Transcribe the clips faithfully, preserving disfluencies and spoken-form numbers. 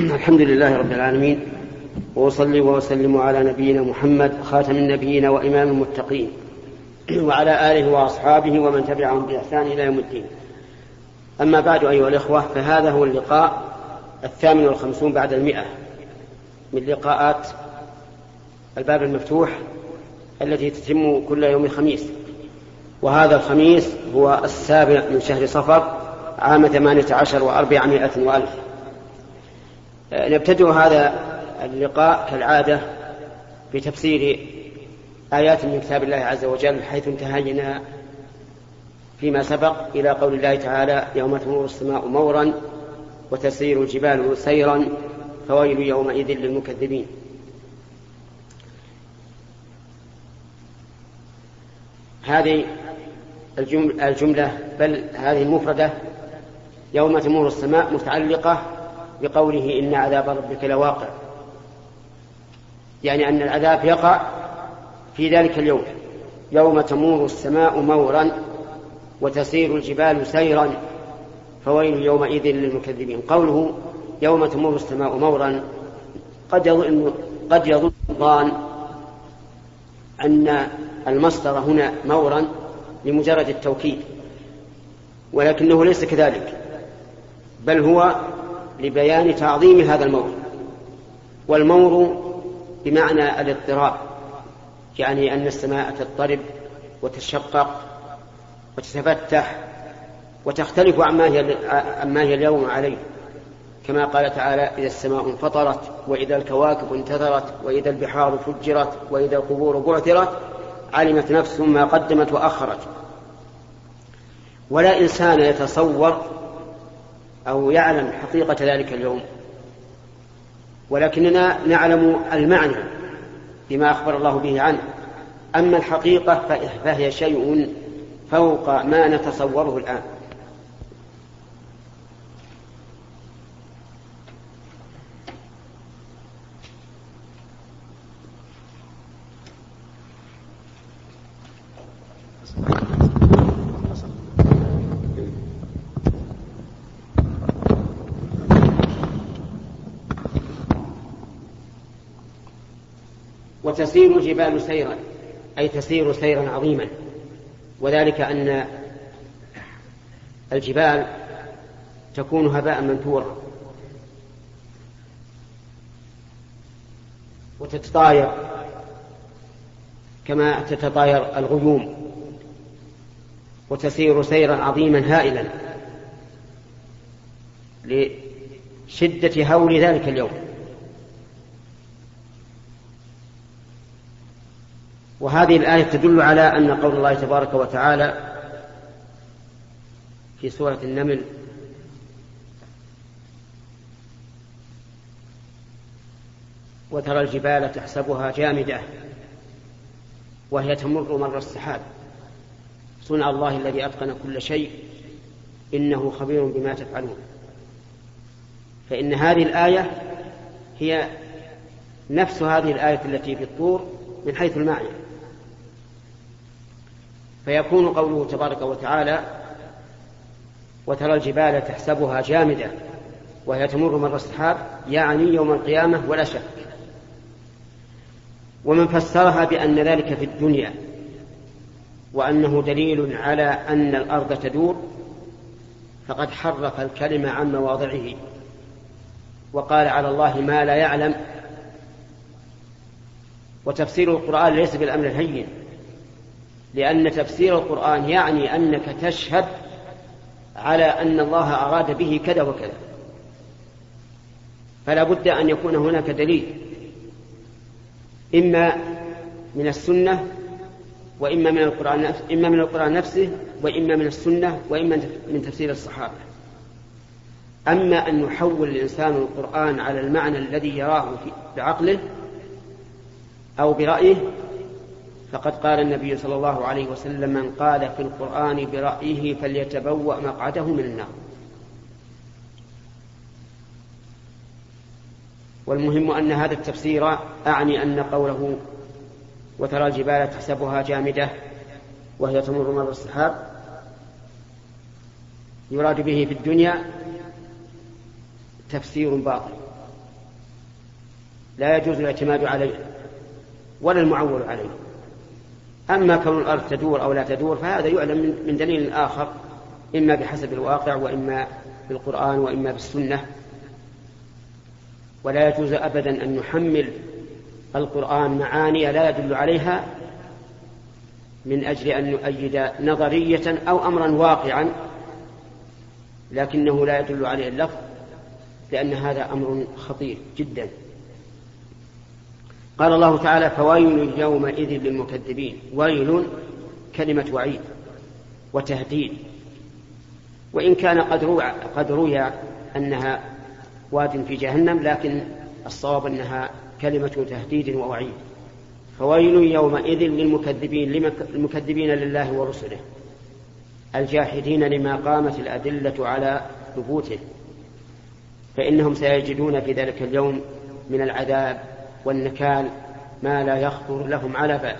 الحمد لله رب العالمين، وأصلي وأسلم على نبينا محمد خاتم النبيين وإمام المتقين، وعلى آله وأصحابه ومن تبعهم بإحسان إلى يوم الدين. أما بعد أيها الإخوة، فهذا هو اللقاء الثامن والخمسون بعد المئة من لقاءات الباب المفتوح التي تتم كل يوم خميس، وهذا الخميس هو السابع من شهر صفر عام ثمانية عشر وأربعمائة وألف. نبتدئ هذا اللقاء كالعادة بتفسير آيات من كتاب الله عز وجل، حيث انتهينا فيما سبق إلى قول الله تعالى: يوم تمور السماء مورا وتسير الجبال سيرا فويل يومئذ للمكذبين. هذه الجملة بل هذه المفردة يوم تمور السماء متعلقة بقوله: إن عذاب ربك لواقع، يعني أن العذاب يقع في ذلك اليوم، يوم تمور السماء مورا وتسير الجبال سيرا فويل يومئذ للمكذبين. قوله يوم تمور السماء مورا قد يظن قد يظن الظان أن المصدر هنا مورا لمجرد التوكيد، ولكنه ليس كذلك، بل هو لبيان تعظيم هذا المور. والمور بمعنى الاضطراب، يعني أن السماء تضطرب وتشقق وتتفتح وتختلف عما هي اليوم عليه، كما قال تعالى: إذا السماء انفطرت وإذا الكواكب انتثرت وإذا البحار فجرت وإذا القبور بعثرت علمت نفس ما قدمت وأخرت. ولا إنسان يتصور أو يعلم حقيقة ذلك اليوم، ولكننا نعلم المعنى بما أخبر الله به عنه. أما الحقيقة فهي شيء فوق ما نتصوره الآن. وتسير الجبال سيرا، أي تسير سيرا عظيما، وذلك أن الجبال تكون هباء منثورا وتتطاير كما تتطاير الغيوم، وتسير سيرا عظيما هائلا لشدة هول ذلك اليوم. وهذه الآية تدل على أن قول الله تبارك وتعالى في سورة النمل: وترى الجبال تحسبها جامدة وهي تمر مر السحاب صنع الله الذي أتقن كل شيء إنه خبير بما تفعلون. فإن هذه الآية هي نفس هذه الآية التي في الطور من حيث المعنى، فيكون قوله تبارك وتعالى: وترى الجبال تحسبها جامدة وهي تمر مر السحاب، يعني يوم القيامة ولا شك. ومن فسرها بأن ذلك في الدنيا وأنه دليل على أن الأرض تدور فقد حرف الكلمة عن مواضعه وقال على الله ما لا يعلم. وتفسير القرآن ليس بالأمر الهين، لأن تفسير القرآن يعني أنك تشهد على أن الله أراد به كذا وكذا، فلا بد أن يكون هناك دليل إما من السنة وإما من القرآن نفسه، إما من القرآن نفسه وإما من السنة وإما من تفسير الصحابة. أما أن يحول الإنسان القرآن على المعنى الذي يراه بعقله أو برأيه، فقد قال النبي صلى الله عليه وسلم: من قال في القرآن برأيه فليتبوأ مقعده من النار. والمهم أن هذا التفسير أعني أن قوله وترى الجبال تحسبها جامدة وهي تمر مر السحاب يراد به في الدنيا تفسير باطل، لا يجوز الاعتماد عليه ولا المعول عليه. أما كون الأرض تدور أو لا تدور فهذا يعلم من دليل آخر، إما بحسب الواقع وإما بالقرآن وإما بالسنة. ولا يجوز أبدا أن نحمل القرآن معاني لا يدل عليها من أجل أن نؤيد نظرية أو أمرا واقعا لكنه لا يدل عليه اللفظ، لأن هذا أمر خطير جدا. قال الله تعالى: فويل يومئذ للمكذبين. ويل كلمة وعيد وتهديد، وإن كان قد روي أنها واد في جهنم، لكن الصواب أنها كلمة تهديد ووعيد. فويل يومئذ للمكذبين، المكذبين لله ورسله الجاحدين لما قامت الأدلة على ثبوته، فإنهم سيجدون في ذلك اليوم من العذاب والنكال ما لا يخطر لهم على بال.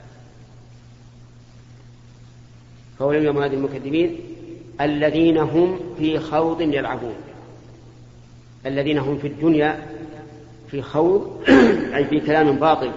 فويل يومئذ للمكذبين الذين هم في خوض يلعبون. الذين هم في الدنيا في خوض أي في كلام باطل،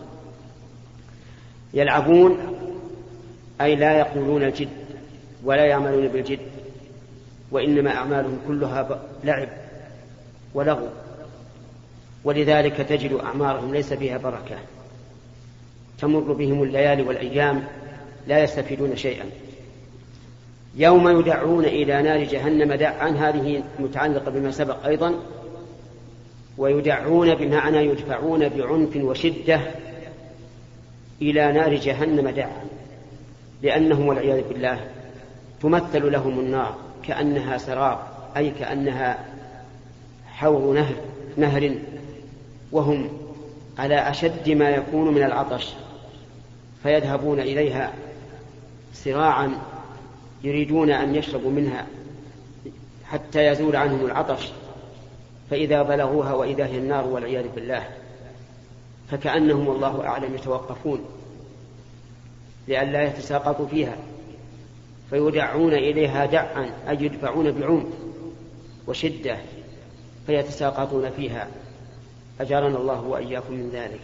يلعبون أي لا يقولون الجد ولا يعملون بالجد، وإنما أعمالهم كلها لعب ولغو، ولذلك تجد أعمارهم ليس فيها بركة، تمر بهم الليالي والأيام لا يستفيدون شيئا. يوم يدعون إلى نار جهنم دعا، هذه متعلقة بما سبق أيضا. ويدعون بمعنى يدفعون بعنف وشدة إلى نار جهنم دعا، لأنهم والعياذ بالله تمثل لهم النار كأنها سراب، أي كأنها حوض نهر, نهر وهم على أشد ما يكون من العطش، فيذهبون إليها سراعا يريدون أن يشربوا منها حتى يزول عنهم العطش، فإذا بلغوها وإذا هي النار والعياذ بالله، فكأنهم والله أعلم يتوقفون لئلا يتساقطوا فيها، فيدعون إليها دعا أي يدفعون بعنف وشدة فيتساقطون فيها، أجارنا الله وإياكم من ذلك.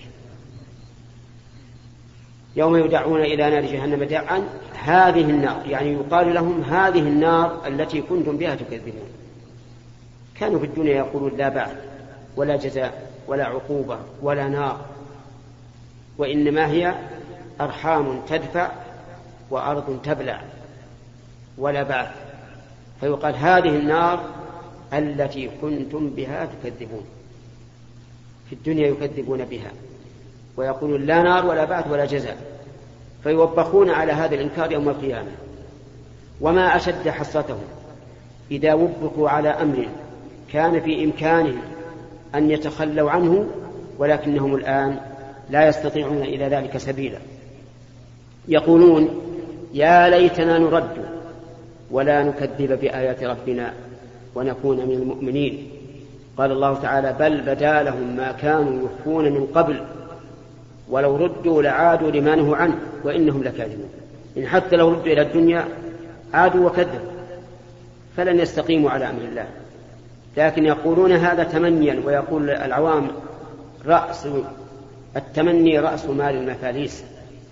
يوم يدعون إلى نار جهنم دعا، هذه النار، يعني يقال لهم هذه النار التي كنتم بها تكذبون. كانوا في الدنيا يقولون لا بعث ولا جزاء ولا عقوبة ولا نار، وإنما هي أرحام تدفع وأرض تبلع ولا بعث، فيقال هذه النار التي كنتم بها تكذبون. في الدنيا يكذبون بها ويقولون لا نار ولا بعث ولا جزاء، فيوبخون على هذا الإنكار يوم القيامة. وما أشد حسرتهم إذا وبخوا على أمر كان في إمكانهم أن يتخلوا عنه، ولكنهم الآن لا يستطيعون إلى ذلك سبيلا. يقولون يا ليتنا نرد ولا نكذب بآيات ربنا ونكون من المؤمنين. قال الله تعالى: بل بدا لهم ما كانوا يخفون من قبل ولو ردوا لعادوا لما نهوا عنه وإنهم لكاذبون. إن حتى لو ردوا إلى الدنيا عادوا وكذبوا، فلن يستقيموا على أمر الله. لكن يقولون هذا تمنيا، ويقول العوام رأس التمني رأس مال المفاليس.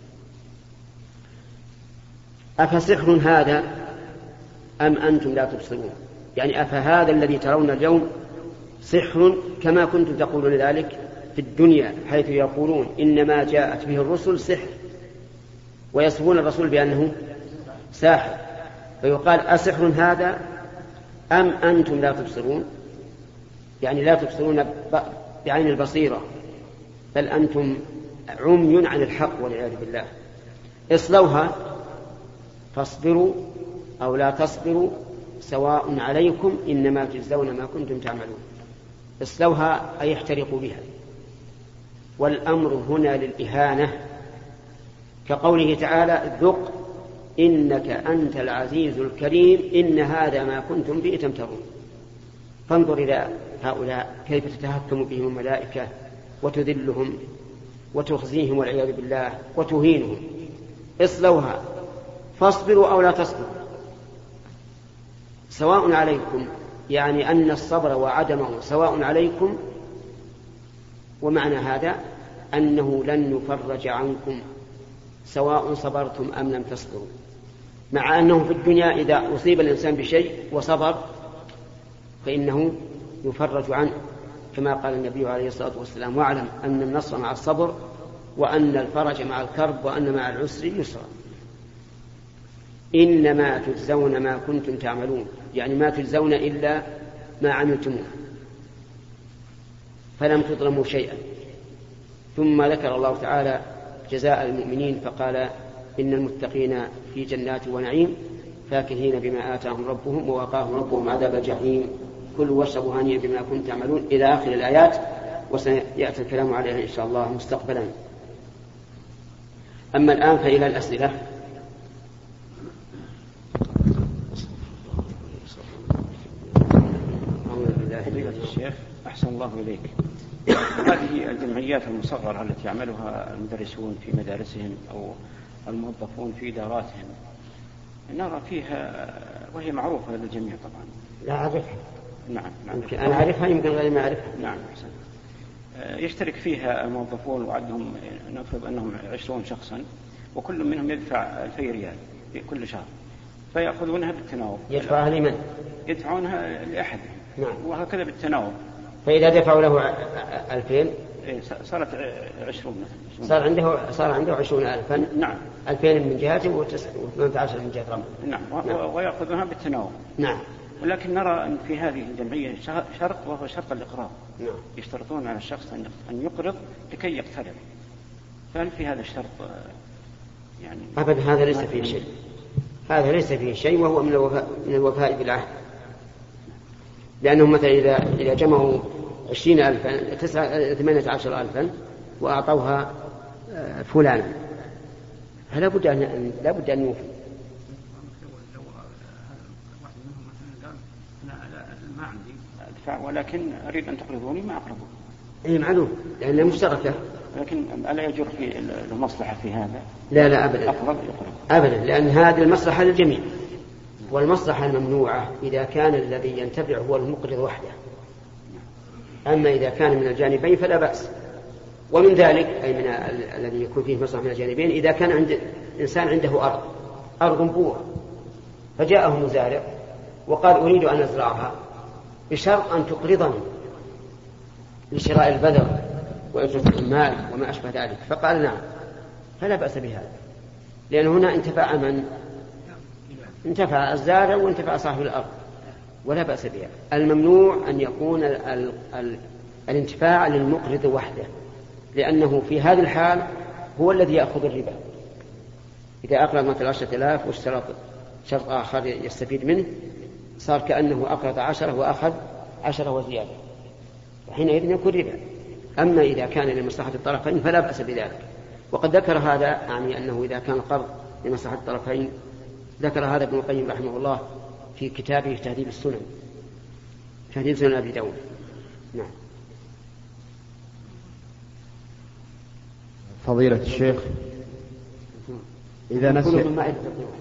أفسحر هذا أم أنتم لا تبصرون؟ يعني أفهذا الذي ترون اليوم سحر كما كنتم تقولون ذلك في الدنيا، حيث يقولون إنما جاءت به الرسل سحر، ويصفون الرسول بأنه ساحر، فيقال أسحر هذا أم أنتم لا تبصرون؟ يعني لا تبصرون بعين البصيرة، بل أنتم عمي عن الحق والعياذ بالله. اصلوها فاصبروا أو لا تصبروا سواء عليكم إنما تجزون ما كنتم تعملون. اصلوها أي احترقوا بها، والأمر هنا للإهانة، كقوله تعالى: ذق إنك أنت العزيز الكريم إن هذا ما كنتم به تمترون. فانظر إلى هؤلاء كيف تتهكم بهم الملائكة وتذلهم وتخزيهم والعياذ بالله وتهينهم. اصلوها فاصبروا أو لا تصبروا سواء عليكم، يعني أن الصبر وعدمه سواء عليكم ومعنى هذا أنه لن يفرج عنكم سواء صبرتم أم لم تصبروا، مع أنه في الدنيا إذا أصيب الإنسان بشيء وصبر فإنه يفرج عنه، كما قال النبي عليه الصلاة والسلام: واعلم أن النصر مع الصبر وأن الفرج مع الكرب وأن مع العسر يسرا. إنما تجزون ما كنتم تعملون، يعني ما تجزون إلا ما عملتموه، فلم تظلموا شيئا. ثم ذكر الله تعالى جزاء المؤمنين فقال: إن المتقين في جنات ونعيم فاكهين بما آتاهم ربهم ووقاهم ربهم عذاب الجحيم كلوا واشربوا هنيئا بما كنتم تعملون إلى آخر الآيات، وسيأتي الكلام عليها إن شاء الله مستقبلا. أما الآن فإلى الأسئلة. الشيخ أحسن الله إليك، هذه الجمعيات المصغرة التي يعملها المدرسون في مدارسهم أو الموظفون في إداراتهم نرى فيها وهي معروفة للجميع طبعا. لا أعرفها. نعم, نعم. يمكن أنا أعرفها يمكن غير ما أعرفها. نعم أحسن. يشترك فيها الموظفون وعدهم نفرض أنهم عشرون شخصا وكل منهم يدفع ألفي ريال كل شهر، فيأخذونها بالتناوب. يدفعها لمن؟ يدفعونها لأحد. نعم. وهكذا بالتناوب. فإذا دفعوا له ألفين صارت عشرون مثلا. صار عنده صار عنده عشرون ألفا. نعم. ألفين من جهته وثمانية عشر من جهة ربه. نعم. نعم. ويأخذونها بالتناوب. نعم. ولكن نرى أن في هذه الجمعية شرط وهو شرط الإقراض. نعم. يشترطون على الشخص أن يقرض لكي يقترض. فهل في هذا الشرط يعني؟ أبدا، هذا ليس فيه شيء. هذا ليس فيه شيء، وهو من الوفاء من الوفاء بالعهد. لأنهم مثلا إذا إذا جمعوا عشرين ألفا تسعة ثمانية عشر ألفا وأعطوها فلانا فلا بد أن لا بد أن يوفي. ما عندي أدفع ولكن أريد أن تقرضوني ما أقرضه. إيه معلوم، لأنها مشتركة. لكن ألا يجر في المصلحة في هذا؟ لا لا أبدا. أقرض يقرض. أبدا، لأن هذه المصلحة للجميع. والمصلحة الممنوعة إذا كان الذي ينتفع هو المقرض وحده. أما إذا كان من الجانبين فلا بأس. ومن ذلك أي من الذي يكون فيه مصلحة من الجانبين إذا كان عند إنسان عنده أرض أرض بورة فجاءه مزارع وقال: أريد أن أزرعها بشرط أن تقرضني لشراء البذر وإجرة المال وما أشبه ذلك، فقال: نعم، فلا بأس بهذا، لأن هنا انتفع من؟ انتفع الزارع وانتفع صاحب الأرض، ولا بأس بها. الممنوع أن يكون ال ال ال الانتفاع للمقرض وحده، لأنه في هذه الحال هو الذي يأخذ الربا. إذا أقرض مثل عشرة آلاف واشترط شرط آخر يستفيد منه صار كأنه أقرض عشرة وأخذ عشرة وزيادة، وحينئذ يكون ربا. أما إذا كان لمصلحة الطرفين فلا بأس بذلك. وقد ذكر هذا، يعني أنه إذا كان القرض لمصلحة الطرفين ذكر هذا ابن القيم رحمه الله في كتابه تهذيب السنن، تهذيب سنن أبي داود. نعم. فضيلة الشيخ، إذا نسي نعم.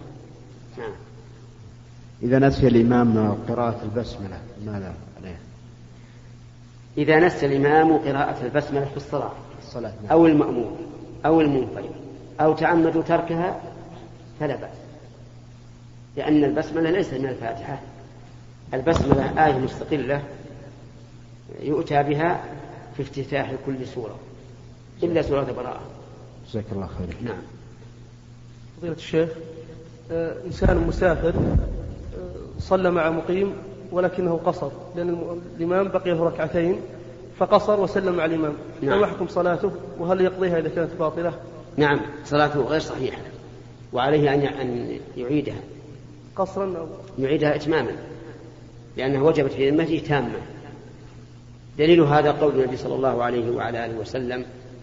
إذا نسي الإمام قراءة البسملة ماذا عليه؟ إذا نسي الإمام قراءة البسملة في الصلاة الصلاة أو المأموم أو المنفرد أو تعمدوا تركها فلا بأس، لأن البسملة ليست من الفاتحة. البسملة آية مستقلة يؤتى بها في افتتاح كل سورة إلا سورة براءة. جزاك الله خير. نعم. فضيلة الشيخ، آه إنسان مسافر آه صلى مع مقيم ولكنه قصر، لأن الإمام بقي له ركعتين فقصر وسلم مع الإمام. نعم. ما حكم صلاته وهل يقضيها إذا كانت باطلة؟ نعم، صلاته غير صحيحة وعليه أن يعيدها قصرا أو يعيدها إتماما، لأنها وجبت في ذمته تامة. دليل هذا قول النبي صلى الله عليه وعلى آله وسلم: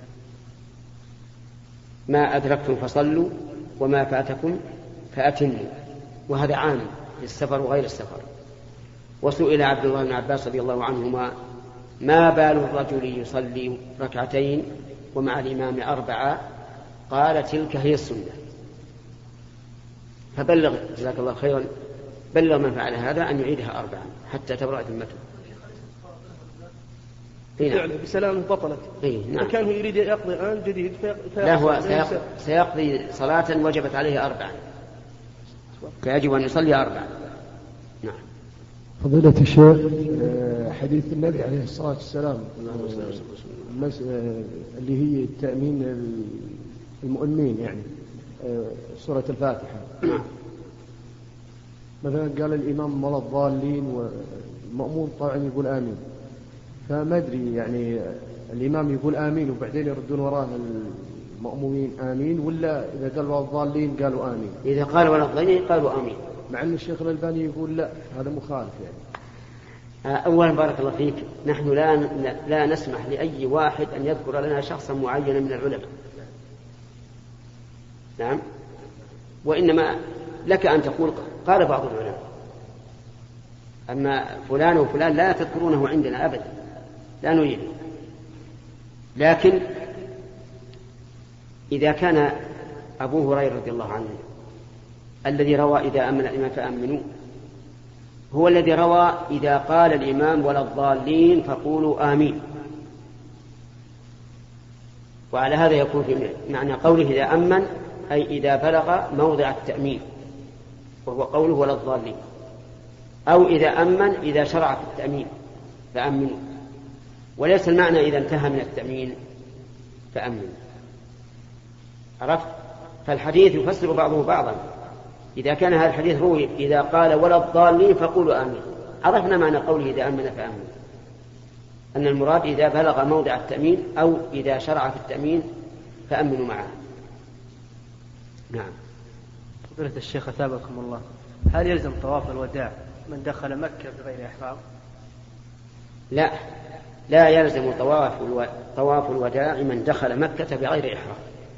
ما أدركتم فصلوا وما فاتكم فأتموا. وهذا عام للسفر وغير السفر. وسئل عبد الله بن عباس رضي الله عنهما: ما بال الرجل يصلي ركعتين ومع الإمام أربعة؟ قال: تلك هي السنة. فبلغ جزاك الله خيرا بلغ من فعل هذا أن يعيدها أربعا حتى تبرأ ذمته. فعله بسلامه بطلت. إيه نعم. فكان هو يريد يقضي الآن جديد في... لا هو سيقضي, سيقضي صلاة وجبت عليه أربعة، فيجب أن يصلي أربعة. نعم. فضيلة الشيخ، حديث النبي عليه الصلاة والسلام اللي هي التأمين المؤمنين يعني سورة الفاتحة، مثلا قال الإمام ولا الضالين والمأمون طبعا يقول آمين، فما أدري يعني الإمام يقول آمين وبعدين يردون وراه المأمومين آمين، ولا إذا قال ولا الضالين قالوا آمين؟ إذا قال ولا الضالين قالوا آمين، مع أن الشيخ الألباني يقول لا هذا مخالف يعني. أولا بارك الله فيك، نحن لا لا نسمح لأي واحد أن يذكر لنا شخصا معينا من العلماء. نعم. وإنما لك أن تقول قال بعض العلماء، أما فلان وفلان لا تذكرونه عندنا أبدا، لا نريد. لكن إذا كان أبو هريرة رضي الله عنه الذي روى إذا أمن الإمام فأمنوا هو الذي روى إذا قال الإمام ولا الضالين فقولوا آمين، وعلى هذا يكون في معنى قوله إذا أمن أي إذا بلغ موضع التأمين، وهو قوله ولا الضالين، أو إذا أمن إذا شرع في التأمين فأمنوا، وليس المعنى إذا انتهى من التأمين فأمنوا. عرفت؟ فالحديث يفسر بعضه بعضا. إذا كان هذا الحديث روي إذا قال ولا الضالين فقولوا آمين، عرفنا معنى قوله إذا أمن فأمنوا، أن المراد إذا بلغ موضع التأمين أو إذا شرع في التأمين فأمنوا معه. نعم. فضيلة الشيخ أثابكم الله، هل يلزم طواف الوداع من دخل مكة بغير إحرام؟ لا، لا يلزم طواف طواف الوداع من دخل مكة بغير إحرام،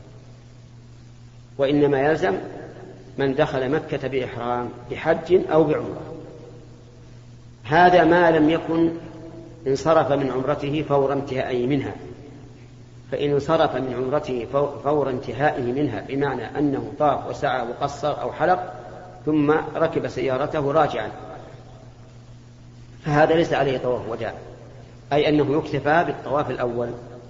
وإنما يلزم من دخل مكة بإحرام بحج أو بعمرة، هذا ما لم يكن انصرف من عمرته فور انتهائه منها. فإن انصرف من عمرته فور انتهائه منها بمعنى أنه طاف وسعى وقصر أو حلق ثم ركب سيارته راجعا، فهذا ليس عليه طواف وداع، أي أنه يكتفى بالطواف الأول.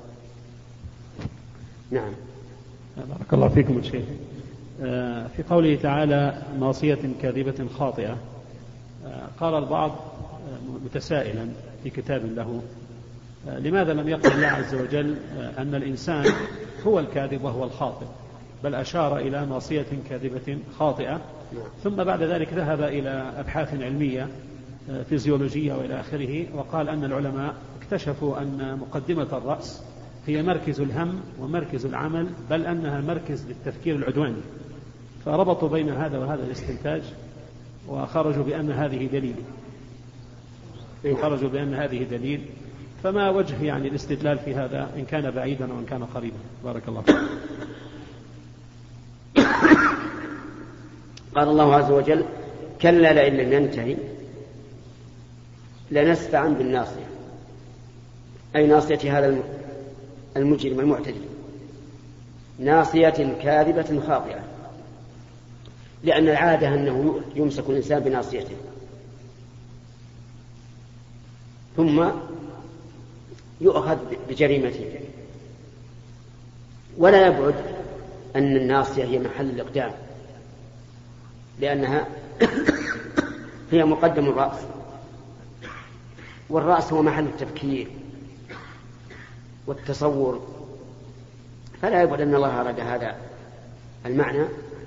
نعم. بارك الله فيكم الشيخ. في قوله تعالى ناصية كاذبة خاطئة، قال البعض متسائلا في كتاب له لماذا لم يقل الله عز وجل أن الإنسان هو الكاذب وهو الخاطئ، بل أشار إلى ناصية كاذبة خاطئة، ثم بعد ذلك ذهب إلى أبحاث علمية فيزيولوجية وإلى آخره، وقال أن العلماء اكتشفوا أن مقدمة الرأس هي مركز الهم ومركز العمل، بل أنها مركز للتفكير العدواني، فربطوا بين هذا وهذا الاستنتاج وخرجوا بأن هذه دليل خرجوا بأن هذه دليل فما وجه يعني الاستدلال في هذا إن كان بعيدا وإن كان قريبا؟ بارك الله فيك. قال الله عز وجل كلا لئن لم ينتهي لنسفعا بالناصية، أي ناصية هذا المجرم المعتدي، ناصية كاذبة خاطئة، لأن العادة أنه يمسك الإنسان بناصيته ثم يؤخذ بجريمته، ولا يبعد أن الناصية هي محل الإقدام، لأنها هي مقدم الرأس، والرأس هو محل التفكير والتصور، فلا يبعد أن الله أراد هذا المعنى.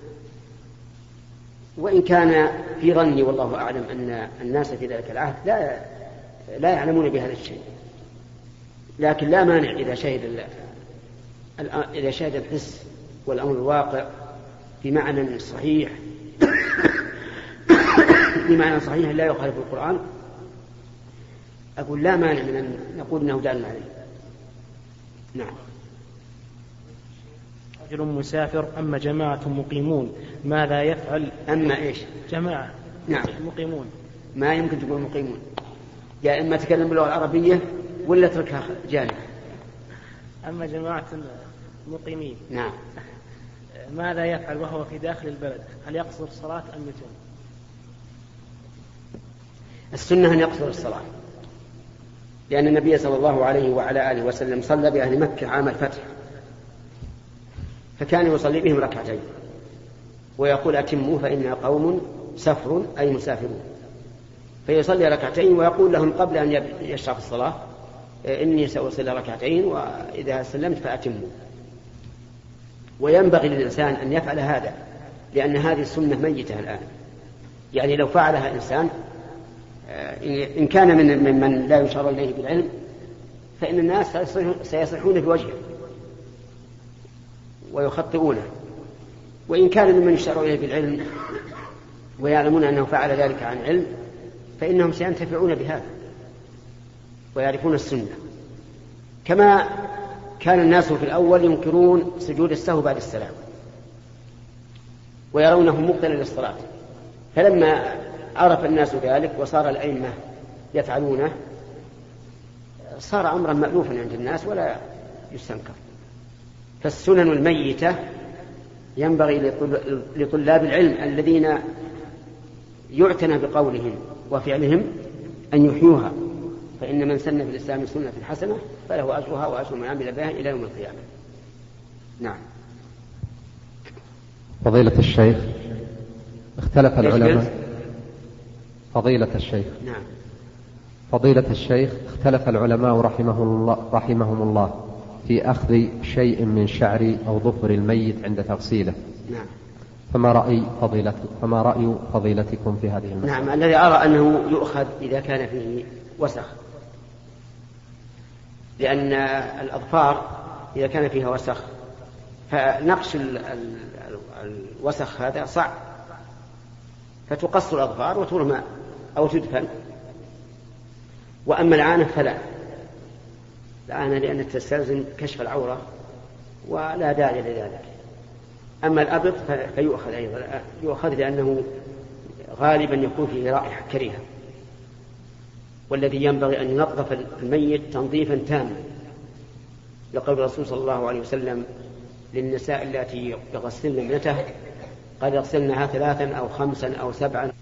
وإن كان في ظني والله أعلم أن الناس في ذلك العهد لا لا يعلمون بهذا الشيء، لكن لا مانع إذا شهد إذا شهد الحس والأمر الواقع بمعنى صحيح بمعنى صحيح لا يخالف القرآن، أقول لا مانع من أن نقول أنه دال عليه. نعم. رجل مسافر أما جماعة مقيمون ماذا يفعل؟ أما إيش؟ جماعة. نعم. مقيمون ما يمكن تقول مقيمون، يا إما تكلم باللغة العربية ولا تركها جانب. أما جماعة مقيمين. نعم. ماذا يفعل وهو في داخل البلد؟ هل يقصر الصلاة أم يتم؟ السنة أن يقصر الصلاة، لأن النبي صلى الله عليه وعلى آله وسلم صلى بأهل مكة عام الفتح، فكان يصلي بهم ركعتين ويقول أتموا فإنا قوم سفر أي مسافرون، فيصلي ركعتين ويقول لهم قبل أن يشرع في الصلاة إني سأصلي ركعتين وإذا سلمت فأتموا. وينبغي للإنسان أن يفعل هذا، لأن هذه السنة ميتة الآن. يعني لو فعلها إنسان إن كان من ممن لا يشار إليه بالعلم فإن الناس سيصيحون بوجهه ويخطئونه، وإن كان ممن يشار إليه بالعلم ويعلمون أنه فعل ذلك عن علم فإنهم سينتفعون بهذا ويعرفون السنة. كما كان الناس في الأول ينكرون سجود السهو بعد السلام ويرونه مبطلا للصلاة، فلما عرف الناس ذلك وصار الأئمة يفعلونه صار أمرا مألوفا عند الناس ولا يستنكر. فالسنن الميتة ينبغي لطلاب العلم الذين يعتنى بقولهم وفعلهم أن يحيوها، فإن من سن في الإسلام سنة حسنة فله أجرها وأجر من عمل بها إلى يوم القيامة. نعم. فضيلة الشيخ، اختلف العلماء. فضيلة الشيخ. نعم. فضيلة الشيخ، اختلف العلماء رحمهم الله, رحمهم الله في أخذ شيء من شعر أو ظفر الميت عند تغسيله. نعم. فما رأي فضيلة فما رأي فضيلتكم في هذه المسألة؟ نعم، الذي أرى أنه يؤخذ إذا كان فيه وسخ، لأن الأظفار إذا كان فيها وسخ فنقش الوسخ هذا صعب، فتقص الأظفار وترمى أو تدفن. وأما العانة فلا، العانة لأن تستلزم كشف العورة ولا داعي لذلك. أما الأبط فيؤخذ أيضا، يؤخذ لأنه غالبا يكون فيه رائحة كريهة، والذي ينبغي أن ينظف الميت تنظيفا تاما، لقول الرسول صلى الله عليه وسلم للنساء التي يغسلن ابنته قد يغسلنها ثلاثا أو خمسا أو سبعا